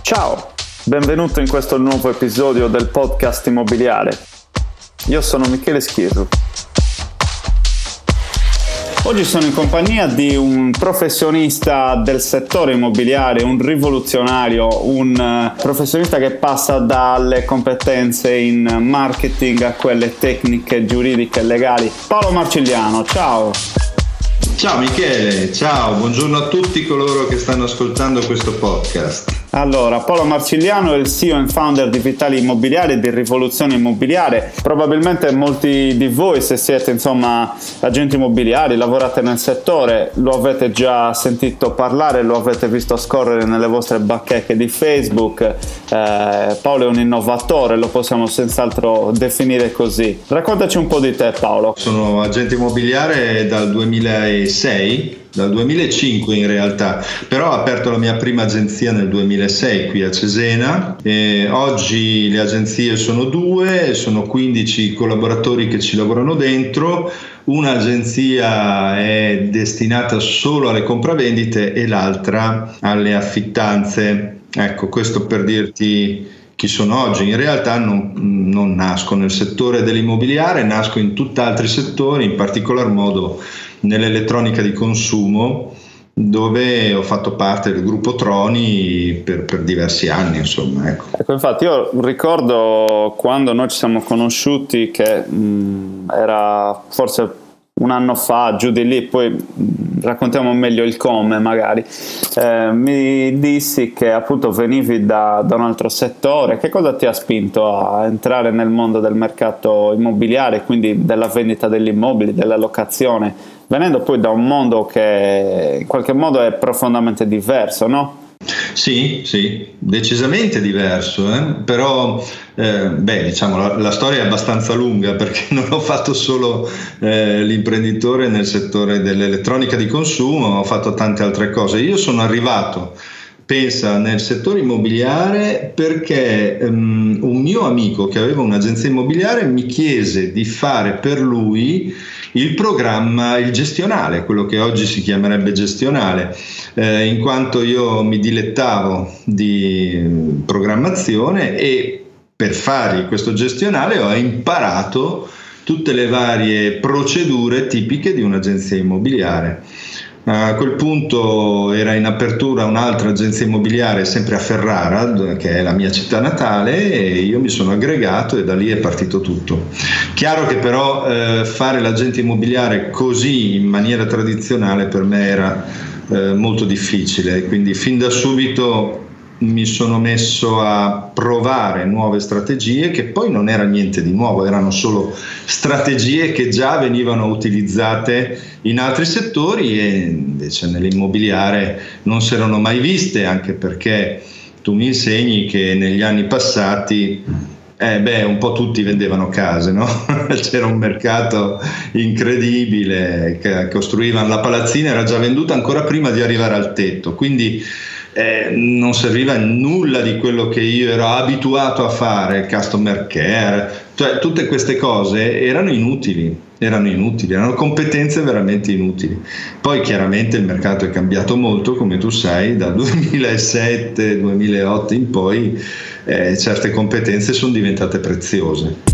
Ciao, benvenuto in questo nuovo episodio del podcast immobiliare. Io sono Michele Schirru. Oggi sono in compagnia di un professionista del settore immobiliare, un rivoluzionario, un professionista che passa dalle competenze in marketing a quelle tecniche, giuridiche e legali. Paolo Marcigliano, ciao! Ciao Michele, ciao, buongiorno a tutti coloro che stanno ascoltando questo podcast. Allora, Paolo Marcigliano è il CEO e founder di Vitali Immobiliare e di Rivoluzione Immobiliare. Probabilmente molti di voi, se siete agenti immobiliari, lavorate nel settore, lo avete già sentito parlare, lo avete visto scorrere nelle vostre bacheche di Facebook. Paolo è un innovatore, lo possiamo senz'altro definire così. Raccontaci un po' di te, Paolo. Sono agente immobiliare dal 2006. Dal 2005 in realtà, però ho aperto la mia prima agenzia nel 2006 qui a Cesena e oggi le agenzie sono due, sono 15 collaboratori che ci lavorano dentro. Un'agenzia è destinata solo alle compravendite e l'altra alle affittanze. Ecco, questo per dirti chi sono oggi. In realtà non nasco nel settore dell'immobiliare, nasco in tutt'altri settori, in particolar modo nell'elettronica di consumo, dove ho fatto parte del gruppo Troni per diversi anni, insomma. Ecco, infatti io ricordo quando noi ci siamo conosciuti che era forse un anno fa, giù di lì, poi raccontiamo meglio il come magari. Mi dissi che appunto venivi da un altro settore. Che cosa ti ha spinto a entrare nel mondo del mercato immobiliare, quindi della vendita degli immobili, della locazione, venendo poi da un mondo che in qualche modo è profondamente diverso, no? Sì, decisamente diverso, però diciamo la storia è abbastanza lunga, perché non ho fatto solo l'imprenditore nel settore dell'elettronica di consumo, ho fatto tante altre cose. Io sono arrivato, pensa, nel settore immobiliare perché un mio amico che aveva un'agenzia immobiliare mi chiese di fare per lui il programma, il gestionale, quello che oggi si chiamerebbe gestionale, in quanto io mi dilettavo di programmazione e per fare questo gestionale ho imparato tutte le varie procedure tipiche di un'agenzia immobiliare. A quel punto era in apertura un'altra agenzia immobiliare sempre a Ferrara, che è la mia città natale, e io mi sono aggregato e da lì è partito tutto. Chiaro che però fare l'agente immobiliare così in maniera tradizionale per me era molto difficile, quindi fin da subito mi sono messo a provare nuove strategie, che poi non era niente di nuovo, erano solo strategie che già venivano utilizzate in altri settori e invece nell'immobiliare non si erano mai viste, anche perché tu mi insegni che negli anni passati un po' tutti vendevano case, no? C'era un mercato incredibile, che costruivano la palazzina, era già venduta ancora prima di arrivare al tetto, quindi non serviva nulla di quello che io ero abituato a fare, customer care, cioè tutte queste cose erano inutili, erano competenze veramente inutili. Poi chiaramente il mercato è cambiato molto, come tu sai, dal 2007-2008 in poi certe competenze sono diventate preziose.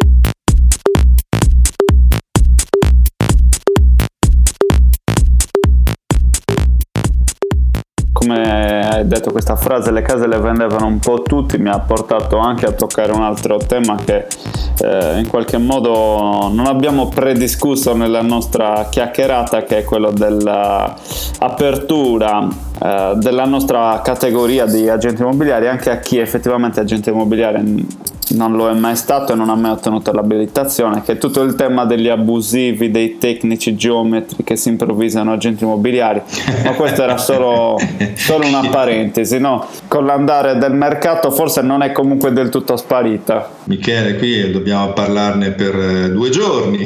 Come hai detto questa frase, le case le vendevano un po' tutti, mi ha portato anche a toccare un altro tema che in qualche modo non abbiamo prediscusso nella nostra chiacchierata, che è quello dell'apertura della nostra categoria di agenti immobiliari anche a chi effettivamente agente immobiliare non lo è mai stato e non ha mai ottenuto l'abilitazione, che è tutto il tema degli abusivi, dei tecnici geometri che si improvvisano agenti immobiliari, ma questa era solo una parentesi, no? Con l'andare del mercato forse non è comunque del tutto sparita. Michele, qui dobbiamo parlarne per 2 giorni.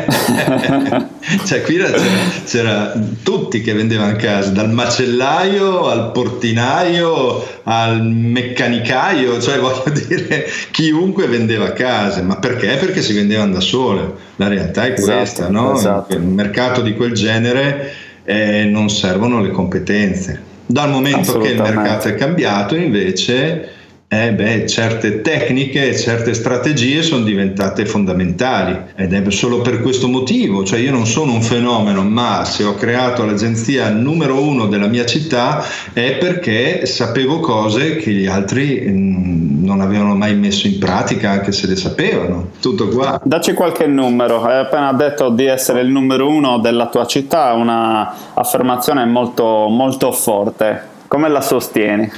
Cioè qui c'era tutti che vendevano case, dal macellaio al portinaio al meccanicaio, cioè voglio dire chiunque vendeva case, ma perché? Perché si vendevano da sole, la realtà è questa, no? Esatto. In un mercato di quel genere non servono le competenze. Dal momento che il mercato è cambiato, invece, certe tecniche, certe strategie sono diventate fondamentali, ed è solo per questo motivo, cioè io non sono un fenomeno, ma se ho creato l'agenzia numero 1 della mia città è perché sapevo cose che gli altri non avevano mai messo in pratica, anche se le sapevano. Tutto qua. Dacci qualche numero. Hai appena detto di essere il numero 1 della tua città, una affermazione molto, molto forte. Come la sostieni?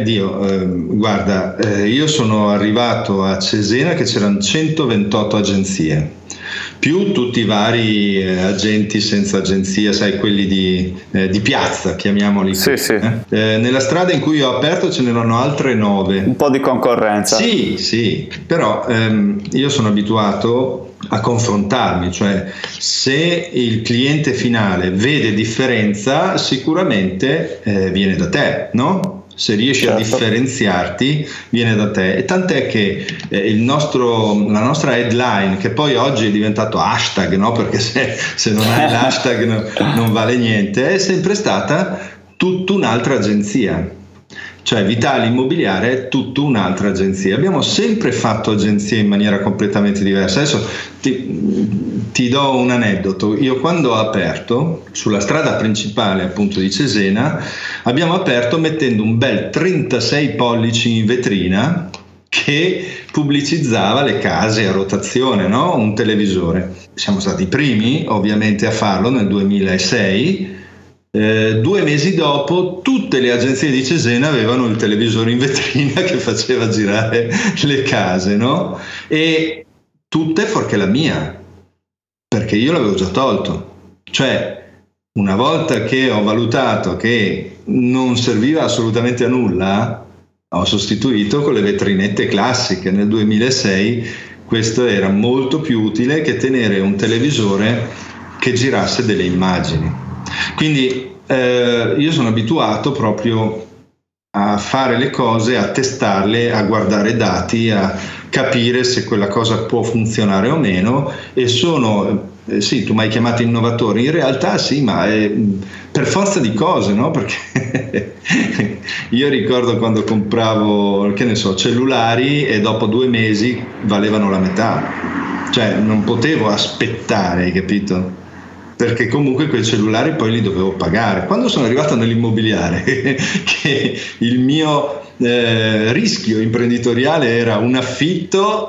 Guarda, io sono arrivato a Cesena che c'erano 128 agenzie, più tutti i vari agenti senza agenzia, sai, quelli di piazza, chiamiamoli. Sì. Nella strada in cui ho aperto ce n'erano altre 9. Un po' di concorrenza. Sì, però io sono abituato a confrontarmi, cioè se il cliente finale vede differenza, sicuramente viene da te, no? Se riesci a differenziarti, viene da te. E tant'è che la nostra headline, che poi oggi è diventato hashtag, no? Perché se non hai l'hashtag non vale niente, è sempre stata tutta un'altra agenzia. Cioè Vitale Immobiliare è tutta un'altra agenzia. Abbiamo sempre fatto agenzie in maniera completamente diversa. Adesso ti do un aneddoto. Io quando ho aperto sulla strada principale appunto di Cesena, abbiamo aperto mettendo un bel 36 pollici in vetrina che pubblicizzava le case a rotazione, no? Un televisore. Siamo stati i primi ovviamente a farlo nel 2006. 2 mesi dopo tutte le agenzie di Cesena avevano il televisore in vetrina che faceva girare le case, no? E tutte fuorché la mia, perché io l'avevo già tolto. Cioè, una volta che ho valutato che non serviva assolutamente a nulla, ho sostituito con le vetrinette classiche. Nel 2006 questo era molto più utile che tenere un televisore che girasse delle immagini. Quindi io sono abituato proprio a fare le cose, a testarle, a guardare dati, a capire se quella cosa può funzionare o meno, e sono sì, tu mi hai chiamato innovatore, in realtà sì, ma per forza di cose, no? Perché io ricordo quando compravo, che ne so, cellulari e dopo 2 mesi valevano la metà, cioè non potevo aspettare, hai capito? Perché comunque quei cellulari poi li dovevo pagare. Quando sono arrivato nell'immobiliare, che il mio rischio imprenditoriale era un affitto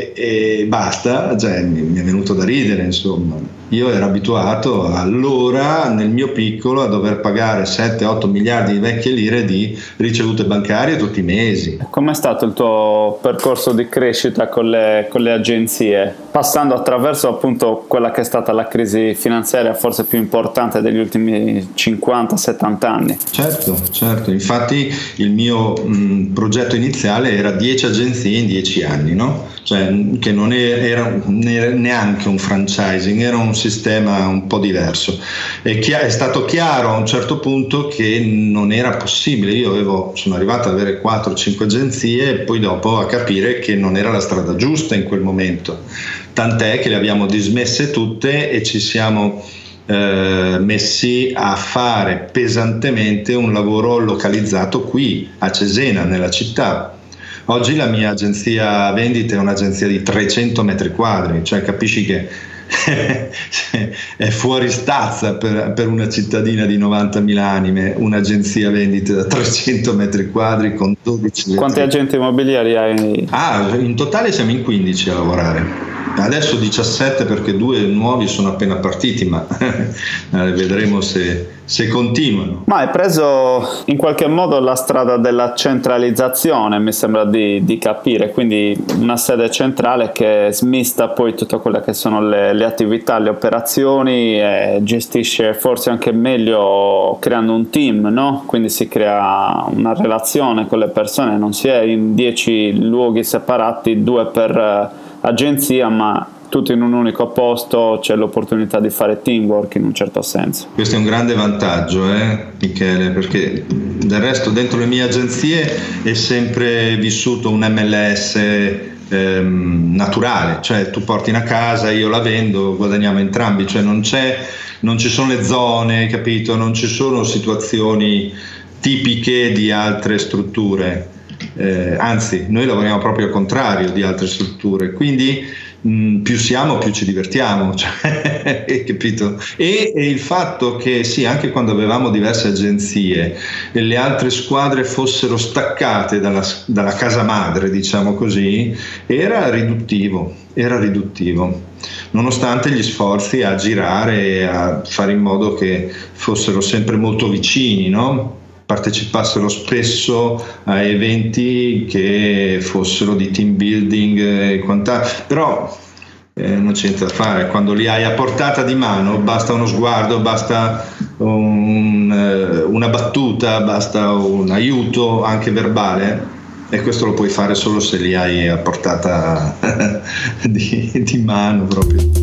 e basta, cioè mi è venuto da ridere, insomma. Io ero abituato allora nel mio piccolo a dover pagare 7-8 miliardi di vecchie lire di ricevute bancarie tutti i mesi. Com'è stato il tuo percorso di crescita con le agenzie, passando attraverso appunto quella che è stata la crisi finanziaria forse più importante degli ultimi 50-70 anni? Certo, infatti il mio progetto iniziale era 10 agenzie in 10 anni, no? Cioè che non era neanche un franchising, era un sistema un po' diverso. È stato chiaro a un certo punto che non era possibile. Io sono arrivato ad avere 4-5 agenzie e poi dopo a capire che non era la strada giusta in quel momento, tant'è che le abbiamo dismesse tutte e ci siamo messi a fare pesantemente un lavoro localizzato qui a Cesena, nella città. Oggi la mia agenzia vendite è un'agenzia di 300 metri quadri, cioè capisci che è fuori stazza per una cittadina di 90.000 anime, un'agenzia vendite da 300 metri quadri con 12 Quanti agenti immobiliari hai? In totale siamo in 15 a lavorare. Adesso 17 perché 2 nuovi sono appena partiti, ma vedremo se continuano. Ma hai preso in qualche modo la strada della centralizzazione, mi sembra di capire, quindi una sede centrale che smista poi tutte quelle che sono le attività, le operazioni, e gestisce forse anche meglio creando un team, no? Quindi si crea una relazione con le persone, non si è in 10 luoghi separati, 2 per agenzia, ma tutto in un unico posto, c'è l'opportunità di fare teamwork in un certo senso. Questo è un grande vantaggio, Michele, perché del resto dentro le mie agenzie è sempre vissuto un MLS naturale, cioè tu porti una casa, io la vendo, guadagniamo entrambi, cioè non ci sono le zone, capito? Non ci sono situazioni tipiche di altre strutture, anzi noi lavoriamo proprio al contrario di altre strutture, quindi più siamo più ci divertiamo, cioè, capito? E il fatto che sì, anche quando avevamo diverse agenzie e le altre squadre fossero staccate dalla casa madre, diciamo così, era riduttivo, nonostante gli sforzi a girare e a fare in modo che fossero sempre molto vicini, no? Partecipassero spesso a eventi che fossero di team building e quant'altro, però non c'è niente da fare, quando li hai a portata di mano basta uno sguardo, basta una battuta, basta un aiuto anche verbale, e questo lo puoi fare solo se li hai a portata di mano proprio.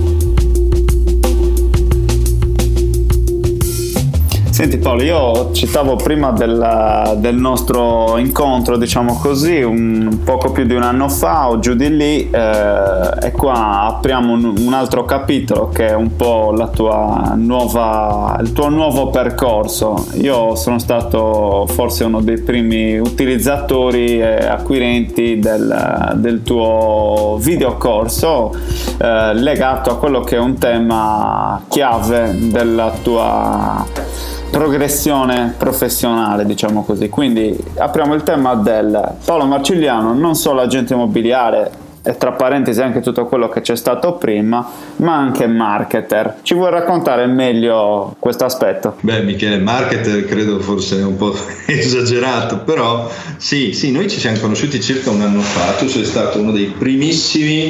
Senti Paolo, io citavo prima del nostro incontro, diciamo così, un poco più di un anno fa o giù di lì, e qua apriamo un altro capitolo che è un po' il tuo nuovo percorso. Io sono stato forse uno dei primi utilizzatori e acquirenti del tuo videocorso legato a quello che è un tema chiave della tua progressione professionale, diciamo così. Quindi apriamo il tema del Paolo Marcigliano, non solo agente immobiliare e tra parentesi anche tutto quello che c'è stato prima, ma anche marketer. Ci vuoi raccontare meglio questo aspetto? Beh, Michele, marketer credo forse è un po' esagerato, però sì, noi ci siamo conosciuti circa un anno fa. Tu sei stato uno dei primissimi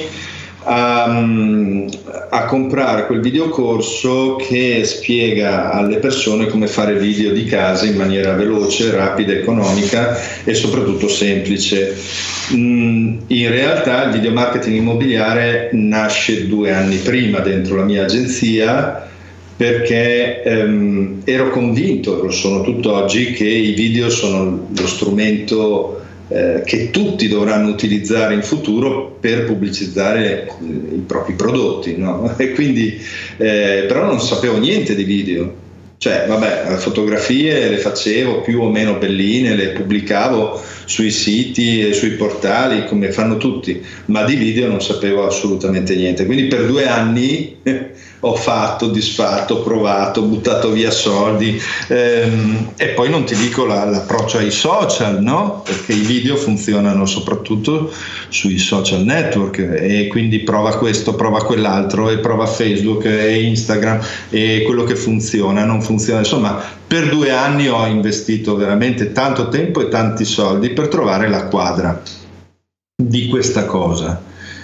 a comprare quel videocorso che spiega alle persone come fare video di casa in maniera veloce, rapida, economica e soprattutto semplice. In realtà il video marketing immobiliare nasce 2 anni prima dentro la mia agenzia, perché ero convinto, lo sono tutt'oggi, che i video sono lo strumento che tutti dovranno utilizzare in futuro per pubblicizzare i propri prodotti, no? E quindi però non sapevo niente di video, cioè vabbè, le fotografie le facevo più o meno belline, le pubblicavo sui siti e sui portali come fanno tutti, ma di video non sapevo assolutamente niente, quindi per 2 anni ho fatto, disfatto, provato, buttato via soldi, e poi non ti dico l'approccio ai social, no? Perché i video funzionano soprattutto sui social network, e quindi prova questo, prova quell'altro, e prova Facebook e Instagram, e quello che funziona non funziona. Insomma, per 2 anni ho investito veramente tanto tempo e tanti soldi per trovare la quadra di questa cosa.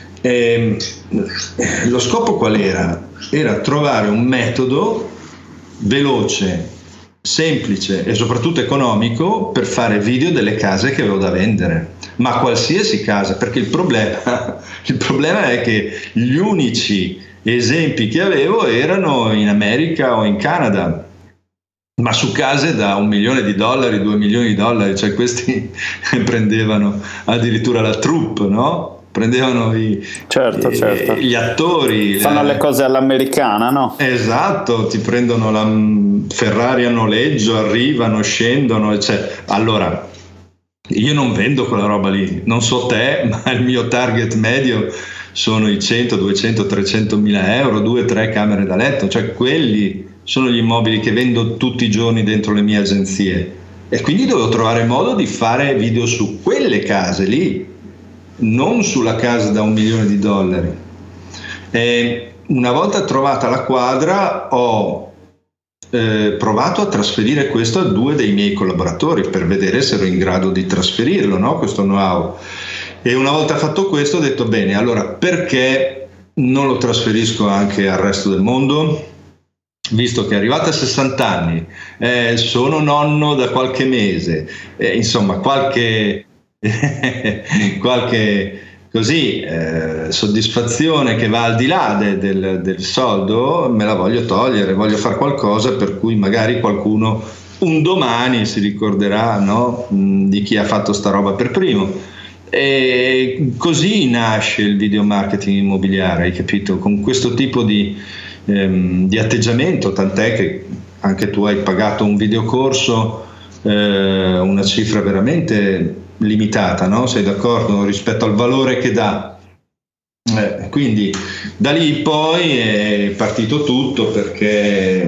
Lo scopo qual era? Era trovare un metodo veloce, semplice e soprattutto economico per fare video delle case che avevo da vendere, ma qualsiasi casa, perché il problema è che gli unici esempi che avevo erano in America o in Canada, ma su case da $1 milione, $2 milioni, cioè questi prendevano addirittura la troupe, no? Prendevano certo. gli attori, fanno le cose all'americana, no? Esatto, ti prendono la Ferrari a noleggio, arrivano, scendono, allora io non vendo quella roba lì, non so te, ma il mio target medio sono i 100, 200, 300 mila euro, 2-3 camere da letto, cioè quelli sono gli immobili che vendo tutti i giorni dentro le mie agenzie, e quindi dovevo trovare modo di fare video su quelle case lì, non sulla casa da $1 milione. E una volta trovata la quadra ho provato a trasferire questo a 2 dei miei collaboratori per vedere se ero in grado di trasferirlo, no? Questo know-how. E una volta fatto questo ho detto bene, allora perché non lo trasferisco anche al resto del mondo? Visto che è arrivata a 60 anni, sono nonno da qualche mese, insomma qualche così soddisfazione che va al di là del soldo me la voglio togliere, voglio fare qualcosa per cui magari qualcuno un domani si ricorderà, no? Di chi ha fatto sta roba per primo. E così nasce il video marketing immobiliare, hai capito? Con questo tipo di atteggiamento, tant'è che anche tu hai pagato un videocorso una cifra veramente limitata, no? Sei d'accordo? Rispetto al valore che dà. Quindi da lì poi è partito tutto, perché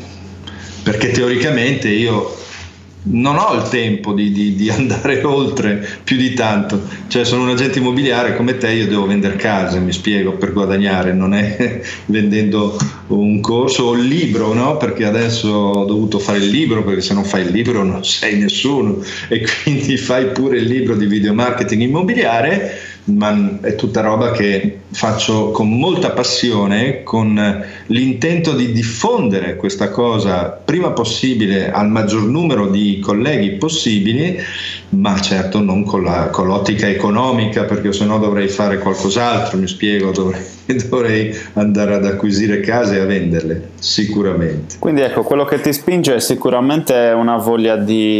teoricamente io non ho il tempo di andare oltre più di tanto, cioè sono un agente immobiliare come te, io devo vendere case, mi spiego, per guadagnare, non è vendendo un corso o il libro, no? Perché adesso ho dovuto fare il libro, perché se non fai il libro non sei nessuno, e quindi fai pure il libro di video marketing immobiliare, ma è tutta roba che faccio con molta passione, con l'intento di diffondere questa cosa prima possibile al maggior numero di colleghi possibili, ma certo non con l'ottica economica, perché sennò dovrei fare qualcos'altro, mi spiego, dovrei andare ad acquisire case e a venderle, sicuramente. Quindi ecco, quello che ti spinge è sicuramente una voglia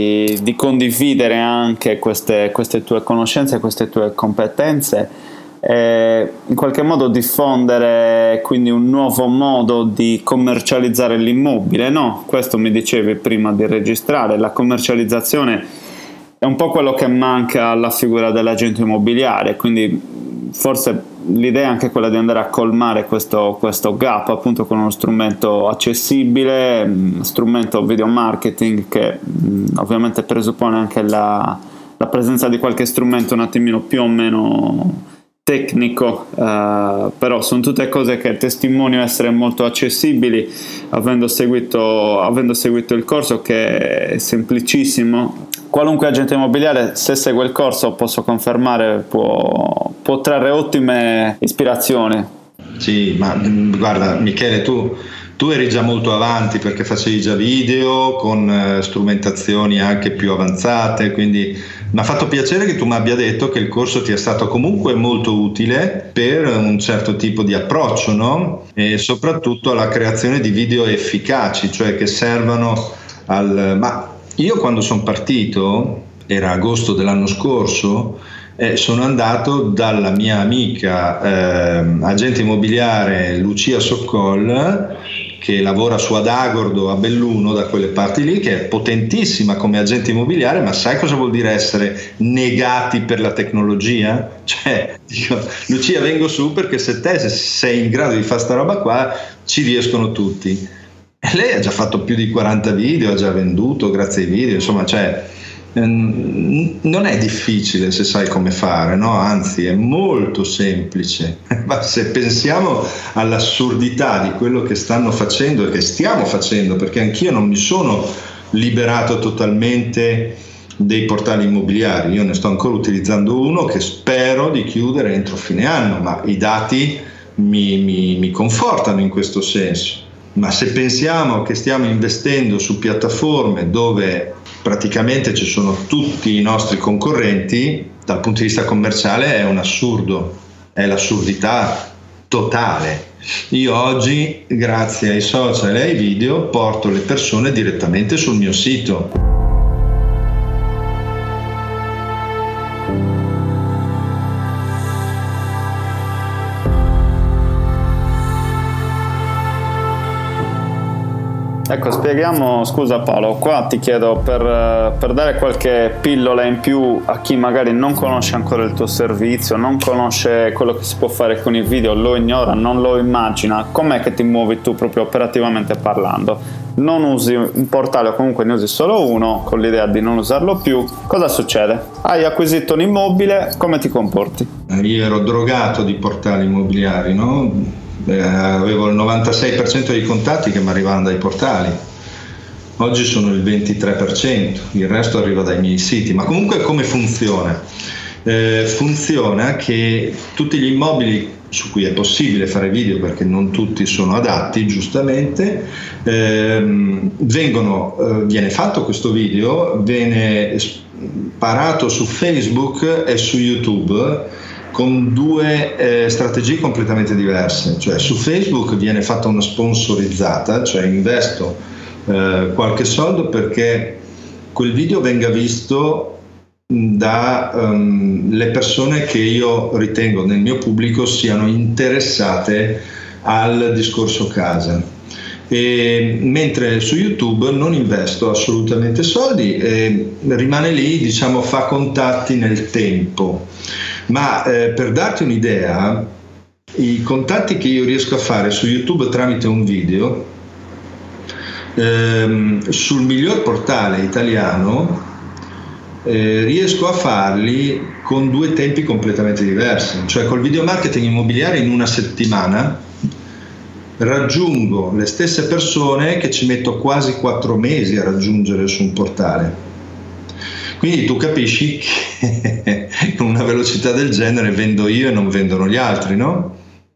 di condividere anche queste tue conoscenze, queste tue competenze, e in qualche modo diffondere quindi un nuovo modo di commercializzare l'immobile, no? Questo mi dicevi prima di registrare, la commercializzazione è un po' quello che manca alla figura dell'agente immobiliare, quindi forse l'idea è anche quella di andare a colmare questo gap, appunto, con uno strumento accessibile, strumento video marketing che ovviamente presuppone anche la presenza di qualche strumento un attimino più o meno tecnico, però sono tutte cose che testimoniano essere molto accessibili, avendo seguito il corso, che è semplicissimo. Qualunque agente immobiliare, se segue il corso, posso confermare, può trarre ottime ispirazioni. Sì, ma guarda Michele, tu eri già molto avanti, perché facevi già video con strumentazioni anche più avanzate, quindi mi ha fatto piacere che tu mi abbia detto che il corso ti è stato comunque molto utile per un certo tipo di approccio, no? E soprattutto alla creazione di video efficaci, cioè che servano Ma io quando sono partito, era agosto dell'anno scorso, sono andato dalla mia amica agente immobiliare Lucia Soccol, che lavora su Adagordo a Belluno, da quelle parti lì, che è potentissima come agente immobiliare, ma sai cosa vuol dire essere negati per la tecnologia? Cioè, dico, Lucia, vengo su perché se te sei in grado di fare sta roba qua, ci riescono tutti. E lei ha già fatto più di 40 video, ha già venduto grazie ai video, insomma, cioè non è difficile se sai come fare, no? Anzi è molto semplice. Ma se pensiamo all'assurdità di quello che stanno facendo e che stiamo facendo, perché anch'io non mi sono liberato totalmente dei portali immobiliari, io ne sto ancora utilizzando uno che spero di chiudere entro fine anno, ma i dati mi confortano in questo senso. Ma se pensiamo che stiamo investendo su piattaforme dove praticamente ci sono tutti i nostri concorrenti, dal punto di vista commerciale è un assurdo, è l'assurdità totale. Io oggi, grazie ai social e ai video, porto le persone direttamente sul mio sito. Ecco, spieghiamo, scusa Paolo, qua ti chiedo per dare qualche pillola in più a chi magari non conosce ancora il tuo servizio, non conosce quello che si può fare con i video, lo ignora, non lo immagina, com'è che ti muovi tu proprio operativamente parlando? Non usi un portale o comunque ne usi solo uno, con l'idea di non usarlo più, cosa succede? Hai acquisito un immobile, come ti comporti? Io ero drogato di portali immobiliari, no? Avevo il 96% dei contatti che mi arrivavano dai portali, oggi sono il 23%, il resto arriva dai miei siti. Ma comunque come funziona? Funziona che tutti gli immobili su cui è possibile fare video, perché non tutti sono adatti, giustamente, viene fatto questo video, viene sparato su Facebook e su YouTube, con due strategie completamente diverse. Cioè su Facebook viene fatta una sponsorizzata, cioè investo qualche soldo perché quel video venga visto dalle persone che io ritengo nel mio pubblico siano interessate al discorso casa. mentre su YouTube non investo assolutamente soldi, rimane lì, diciamo, fa contatti nel tempo. Ma per darti un'idea, i contatti che io riesco a fare su YouTube tramite un video, sul miglior portale italiano, riesco a farli con 2 tempi completamente diversi. Cioè, col video marketing immobiliare in una settimana raggiungo le stesse persone che ci metto quasi 4 mesi a raggiungere su un portale. Quindi tu capisci che con una velocità del genere vendo io e non vendono gli altri, no?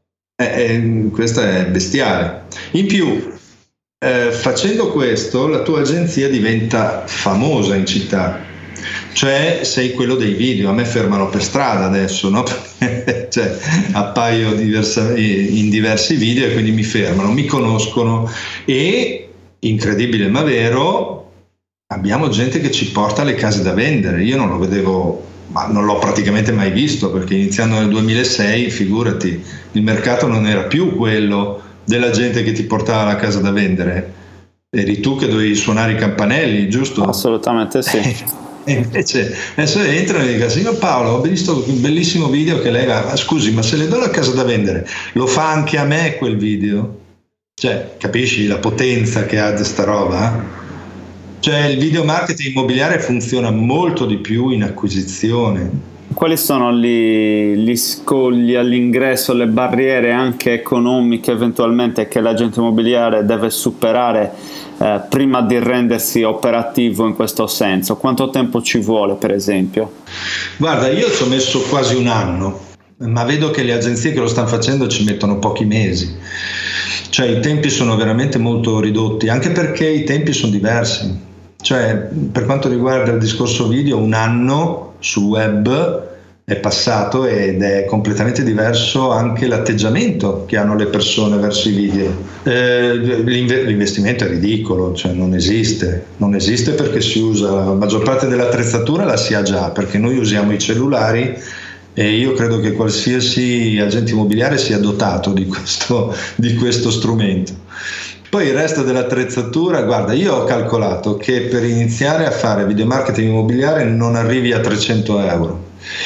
Questo è bestiale. In più, facendo questo, la tua agenzia diventa famosa in città. Cioè, sei quello dei video. A me fermano per strada adesso, no? Cioè, appaio in diversi video e quindi mi fermano, mi conoscono e, incredibile ma vero, abbiamo gente che ci porta le case da vendere. Io non lo vedevo, ma non l'ho praticamente mai visto, perché iniziando nel 2006, figurati, il mercato non era più quello della gente che ti portava la casa da vendere. Eri tu che dovevi suonare i campanelli, giusto? Assolutamente sì. E invece adesso entrano e dicono: signor Paolo, ho visto un bellissimo video che lei va, scusi, ma se le do la casa da vendere lo fa anche a me quel video? Cioè, capisci la potenza che ha questa roba? Cioè, il video marketing immobiliare funziona molto di più in acquisizione. Quali sono gli scogli all'ingresso, le barriere anche economiche eventualmente che l'agente immobiliare deve superare prima di rendersi operativo in questo senso? Quanto tempo ci vuole, per esempio? Guarda, io ci ho messo quasi un anno, ma vedo che le agenzie che lo stanno facendo ci mettono pochi mesi. Cioè, i tempi sono veramente molto ridotti, anche perché i tempi sono diversi. Cioè, per quanto riguarda il discorso video, un anno sul web è passato ed è completamente diverso anche l'atteggiamento che hanno le persone verso i video. L'investimento è ridicolo, cioè non esiste perché si usa, la maggior parte dell'attrezzatura la si ha già, perché noi usiamo i cellulari e io credo che qualsiasi agente immobiliare sia dotato di questo strumento. Poi il resto dell'attrezzatura, guarda, io ho calcolato che per iniziare a fare video marketing immobiliare non arrivi a 300 euro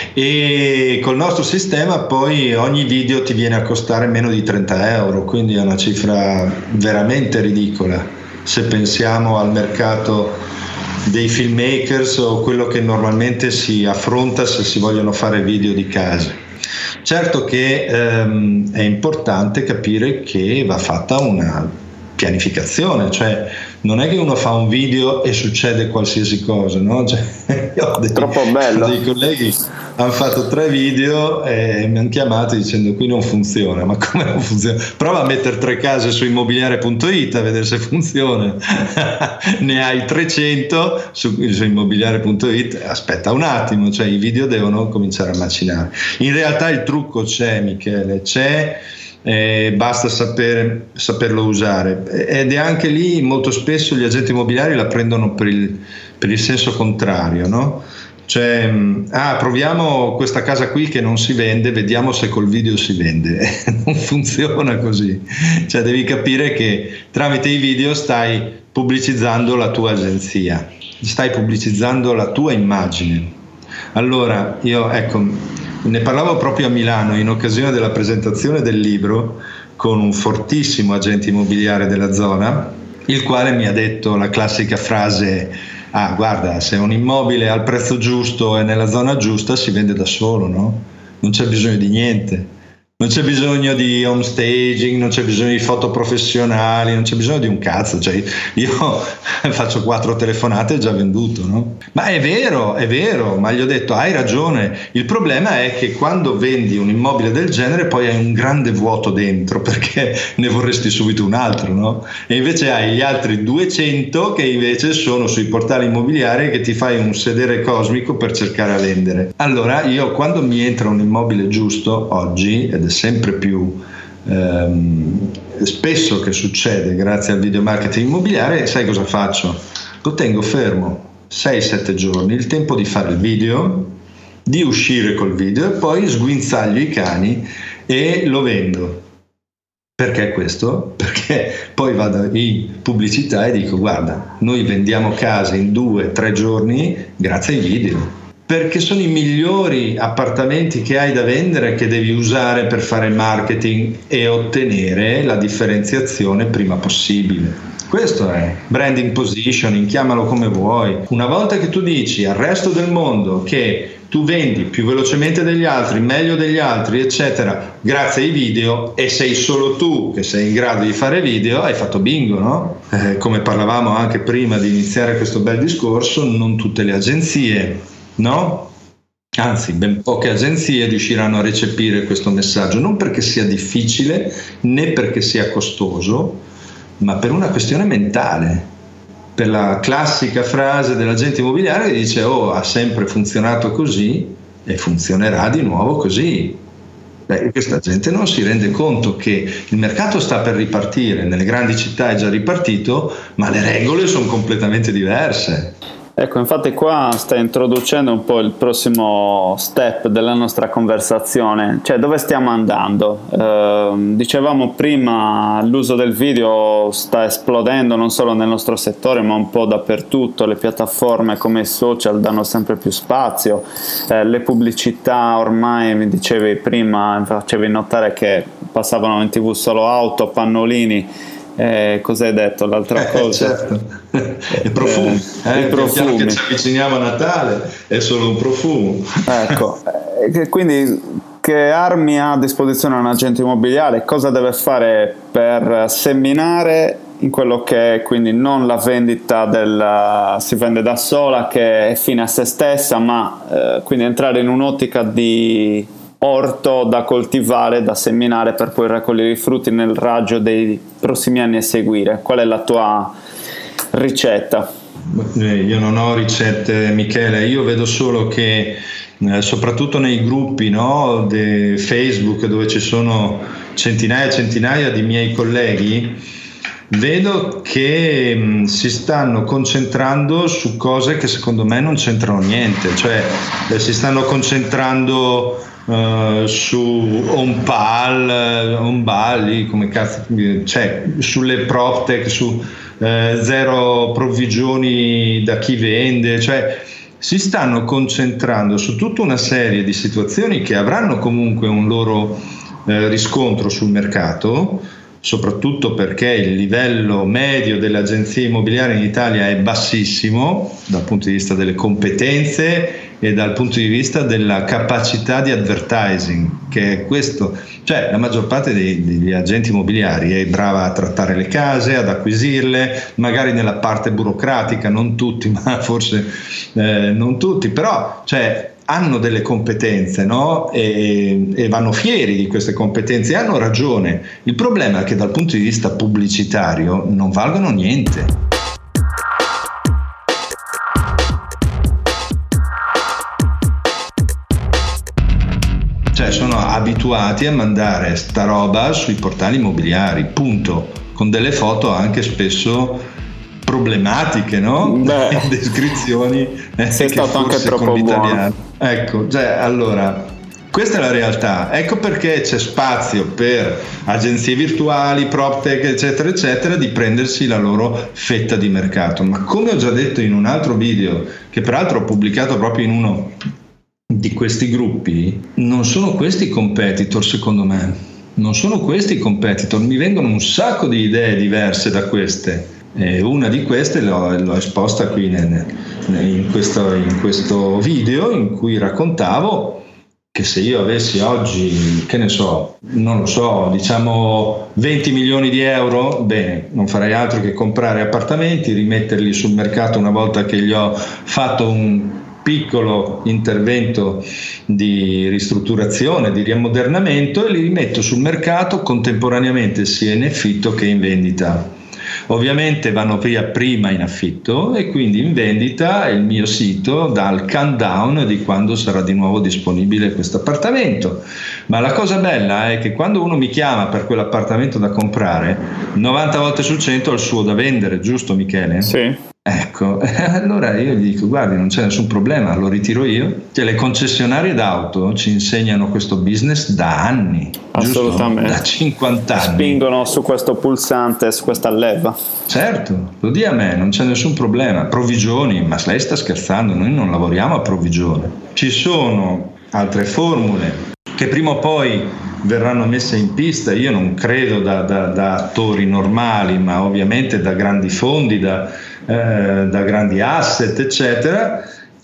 e col nostro sistema poi ogni video ti viene a costare meno di 30 euro, quindi è una cifra veramente ridicola se pensiamo al mercato dei filmmakers o quello che normalmente si affronta se si vogliono fare video di case. Certo che è importante capire che va fatta una pianificazione, cioè non è che uno fa un video e succede qualsiasi cosa, no? Cioè, io ho dei colleghi hanno fatto 3 video e mi hanno chiamato dicendo: qui non funziona. Ma come non funziona? Prova a mettere 3 case su immobiliare.it a vedere se funziona. Ne hai 300 su immobiliare.it, aspetta un attimo, cioè i video devono cominciare a macinare. In realtà il trucco c'è, Michele, basta saperlo usare, ed è anche lì molto spesso gli agenti immobiliari la prendono per il senso contrario, no? Cioè, proviamo questa casa qui che non si vende, vediamo se col video si vende. Non funziona così, cioè devi capire che tramite i video stai pubblicizzando la tua agenzia, stai pubblicizzando la tua immagine. Allora io ne parlavo proprio a Milano in occasione della presentazione del libro con un fortissimo agente immobiliare della zona, il quale mi ha detto la classica frase: guarda, se un immobile ha il prezzo giusto e nella zona giusta si vende da solo, no? Non c'è bisogno di niente. Non c'è bisogno di home staging, non c'è bisogno di foto professionali, non c'è bisogno di un cazzo. Cioè, io faccio 4 telefonate e già venduto, no? Ma è vero, ma gli ho detto: hai ragione. Il problema è che quando vendi un immobile del genere poi hai un grande vuoto dentro, perché ne vorresti subito un altro, no? E invece hai gli altri 200 che invece sono sui portali immobiliari che ti fai un sedere cosmico per cercare a vendere. Allora io, quando mi entra un immobile giusto oggi, ed è sempre più spesso che succede grazie al video marketing immobiliare, sai cosa faccio? Lo tengo fermo 6-7 giorni, il tempo di fare il video, di uscire col video e poi sguinzaglio i cani e lo vendo. Perché questo? Perché poi vado in pubblicità e dico: guarda, noi vendiamo case in 2-3 giorni grazie ai video, perché sono i migliori appartamenti che hai da vendere, che devi usare per fare marketing e ottenere la differenziazione prima possibile. Questo è branding positioning, chiamalo come vuoi. Una volta che tu dici al resto del mondo che tu vendi più velocemente degli altri, meglio degli altri, eccetera, grazie ai video, e sei solo tu che sei in grado di fare video, hai fatto bingo, no? Come parlavamo anche prima di iniziare questo bel discorso, non tutte le agenzie, no? Anzi, ben poche agenzie riusciranno a recepire questo messaggio, non perché sia difficile né perché sia costoso, ma per una questione mentale, per la classica frase dell'agente immobiliare che dice: oh, ha sempre funzionato così e funzionerà di nuovo così. Questa gente non si rende conto che il mercato sta per ripartire, nelle grandi città è già ripartito, ma le regole sono completamente diverse. Ecco, infatti qua stai introducendo un po' il prossimo step della nostra conversazione, cioè dove stiamo andando. Dicevamo prima, l'uso del video sta esplodendo non solo nel nostro settore ma un po' dappertutto, le piattaforme come i social danno sempre più spazio, le pubblicità ormai, mi dicevi prima, facevi notare che passavano in TV solo auto, pannolini. Cos'hai detto l'altra cosa? Certo. I profumi, i profumi. Che ci avviciniamo a Natale è solo un profumo. Ecco, quindi che armi ha a disposizione un agente immobiliare? Cosa deve fare per seminare in quello che è quindi non la vendita si vende da sola, che è fine a se stessa, ma quindi entrare in un'ottica di orto da coltivare, da seminare per poi raccogliere i frutti nel raggio dei prossimi anni a seguire. Qual è la tua ricetta? Io non ho ricette, Michele, io vedo solo che soprattutto nei gruppi, no, di Facebook, dove ci sono centinaia e centinaia di miei colleghi, vedo che si stanno concentrando su cose che secondo me non c'entrano niente, cioè si stanno concentrando su OnPal, come cazzo, cioè sulle PropTech, su zero provvigioni da chi vende, cioè si stanno concentrando su tutta una serie di situazioni che avranno comunque un loro riscontro sul mercato, soprattutto perché il livello medio delle agenzie immobiliari in Italia è bassissimo dal punto di vista delle competenze e dal punto di vista della capacità di advertising, che è questo, cioè la maggior parte degli agenti immobiliari è brava a trattare le case, ad acquisirle, magari nella parte burocratica, non tutti, ma forse non tutti, però cioè hanno delle competenze, no? E vanno fieri di queste competenze e hanno ragione. Il problema è che dal punto di vista pubblicitario non valgono niente. Cioè sono abituati a mandare sta roba sui portali immobiliari, punto, con delle foto anche spesso problematiche, no? Beh, descrizioni sei stato anche troppo buono. Ecco, cioè, allora, questa è la realtà. Ecco perché c'è spazio per agenzie virtuali, PropTech, eccetera, eccetera, di prendersi la loro fetta di mercato. Ma come ho già detto in un altro video, che peraltro ho pubblicato proprio in uno di questi gruppi, non sono questi competitor, secondo me. Non sono questi competitor. Mi vengono un sacco di idee diverse da queste. Una di queste l'ho esposta qui in questo video, in cui raccontavo che se io avessi oggi, che ne so, non lo so, diciamo 20 milioni di euro, bene, non farei altro che comprare appartamenti, rimetterli sul mercato una volta che gli ho fatto un piccolo intervento di ristrutturazione, di riammodernamento, e li rimetto sul mercato contemporaneamente sia in affitto che in vendita. Ovviamente vanno via prima in affitto e quindi in vendita il mio sito dà il countdown di quando sarà di nuovo disponibile questo appartamento. Ma la cosa bella è che quando uno mi chiama per quell'appartamento da comprare, 90 volte su 100 è il suo da vendere, giusto Michele? Sì. Ecco, allora io gli dico: guardi, non c'è nessun problema, lo ritiro io. Cioè, le concessionarie d'auto ci insegnano questo business da anni, assolutamente, giusto? Da 50 anni. Spingono su questo pulsante, su questa leva. Certo, lo dia a me, non c'è nessun problema. Provvigioni, ma lei sta scherzando, noi non lavoriamo a provvigione. Ci sono altre formule che prima o poi verranno messe in pista, io non credo da attori normali, ma ovviamente da grandi fondi, da grandi asset, eccetera,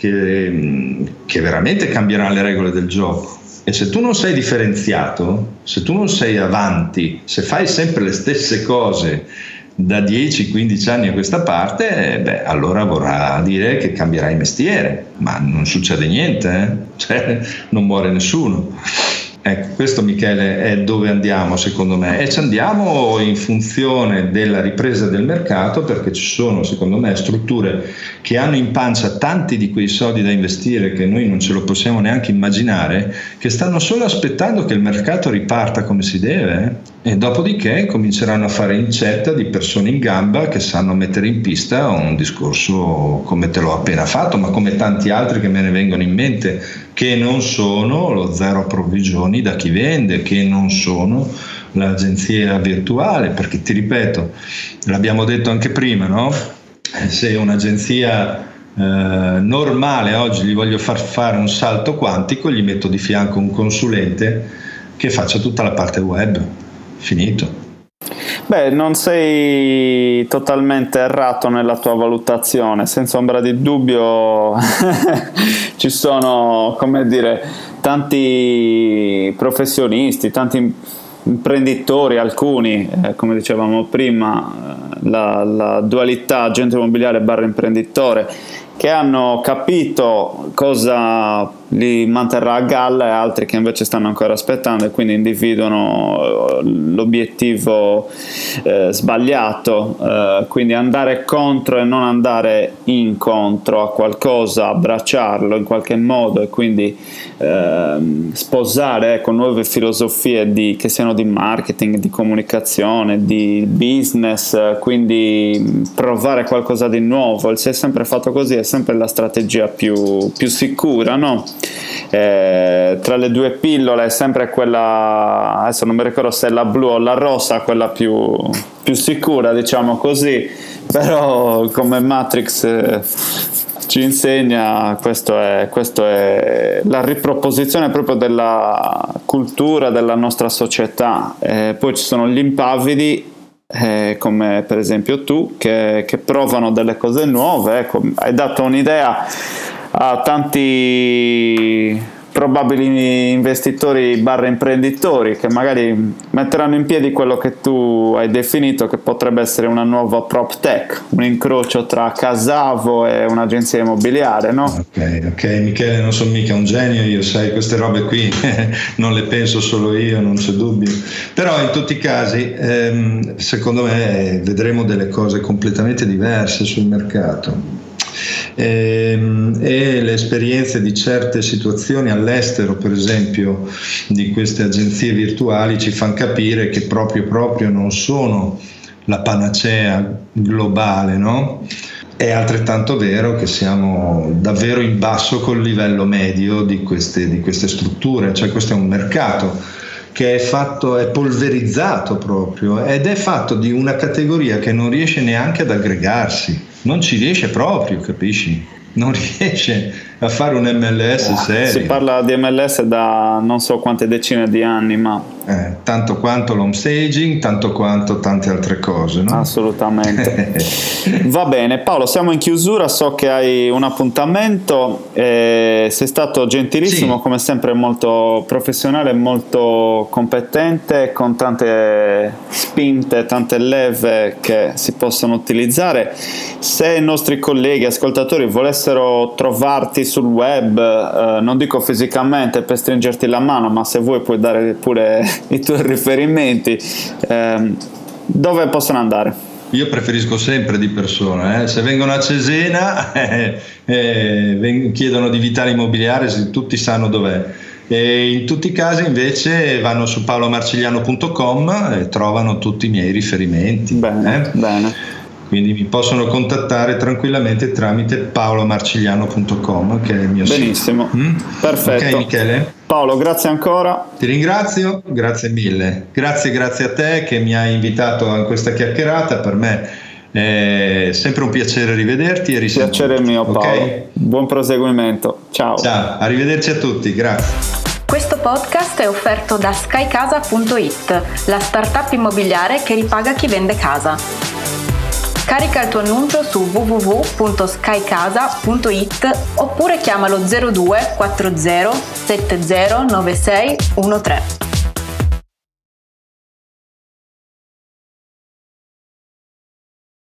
che veramente cambieranno le regole del gioco. E se tu non sei differenziato, se tu non sei avanti, se fai sempre le stesse cose da 10-15 anni a questa parte, allora vorrà dire che cambierai mestiere, ma non succede niente, cioè, non muore nessuno. Ecco, questo, Michele, è dove andiamo secondo me, e ci andiamo in funzione della ripresa del mercato, perché ci sono secondo me strutture che hanno in pancia tanti di quei soldi da investire che noi non ce lo possiamo neanche immaginare, che stanno solo aspettando che il mercato riparta come si deve, e dopodiché cominceranno a fare incetta di persone in gamba che sanno mettere in pista un discorso come te l'ho appena fatto, ma come tanti altri che me ne vengono in mente, che non sono lo zero provvigioni da chi vende, che non sono l'agenzia virtuale, perché ti ripeto, l'abbiamo detto anche prima, no? Se un'agenzia normale oggi gli voglio far fare un salto quantico, gli metto di fianco un consulente che faccia tutta la parte web. Finito. Beh, non sei totalmente errato nella tua valutazione, senza ombra di dubbio. Ci sono, come dire, tanti professionisti, tanti imprenditori, alcuni, come dicevamo prima, la dualità agente immobiliare / imprenditore, che hanno capito cosa li manterrà a galla, e altri che invece stanno ancora aspettando e quindi individuano l'obiettivo sbagliato, quindi andare contro e non andare incontro a qualcosa, abbracciarlo in qualche modo e quindi sposare nuove filosofie che siano di marketing, di comunicazione, di business, quindi provare qualcosa di nuovo. Si è sempre fatto così, è sempre la strategia più sicura, no? Tra le due pillole è sempre quella, adesso non mi ricordo se è la blu o la rossa, quella più sicura, diciamo così, però come Matrix ci insegna, questo è la riproposizione proprio della cultura della nostra società. Poi ci sono gli impavidi, come per esempio tu, che provano delle cose nuove. Ecco, hai dato un'idea a tanti probabili investitori / imprenditori che magari metteranno in piedi quello che tu hai definito che potrebbe essere una nuova prop tech, un incrocio tra Casavo e un'agenzia immobiliare, no? Ok, Michele, non sono mica un genio io, sai, queste robe qui non le penso solo io, non c'è dubbio, però in tutti i casi secondo me vedremo delle cose completamente diverse sul mercato. E le esperienze di certe situazioni all'estero, per esempio di queste agenzie virtuali, ci fanno capire che proprio non sono la panacea globale, no? È altrettanto vero che siamo davvero in basso col livello medio di queste strutture, cioè questo è un mercato che è polverizzato proprio, ed è fatto di una categoria che non riesce neanche ad aggregarsi, non ci riesce proprio, capisci? Non riesce a fare un MLS serio. Si parla di MLS da non so quante decine di anni, ma tanto quanto l'home staging, tanto quanto tante altre cose, no? Assolutamente. Va bene, Paolo, siamo in chiusura, so che hai un appuntamento, sei stato gentilissimo, sì, come sempre molto professionale, molto competente, con tante spinte, tante leve che si possono utilizzare. Se i nostri colleghi ascoltatori volessero trovarti sul web, non dico fisicamente per stringerti la mano, ma se vuoi puoi dare pure i tuoi riferimenti, dove possono andare? Io preferisco sempre di persona, se vengono a Cesena chiedono di Vitale Immobiliare, tutti sanno dov'è, e in tutti i casi invece vanno su paolomarcigliano.com e trovano tutti i miei riferimenti. Bene. quindi mi possono contattare tranquillamente tramite paolomarcigliano.com, che è il mio Benissimo. sito. Perfetto. Ok Michele? Paolo, grazie ancora. Ti ringrazio, grazie mille. Grazie a te che mi hai invitato a questa chiacchierata. Per me è sempre un piacere rivederti e risentirti. Piacere mio, Paolo. Okay? Buon proseguimento. Ciao. Ciao, arrivederci a tutti, grazie. Questo podcast è offerto da skycasa.it, la startup immobiliare che ripaga chi vende casa. Carica il tuo annuncio su www.skycasa.it oppure chiamalo 02 40 70 96 13.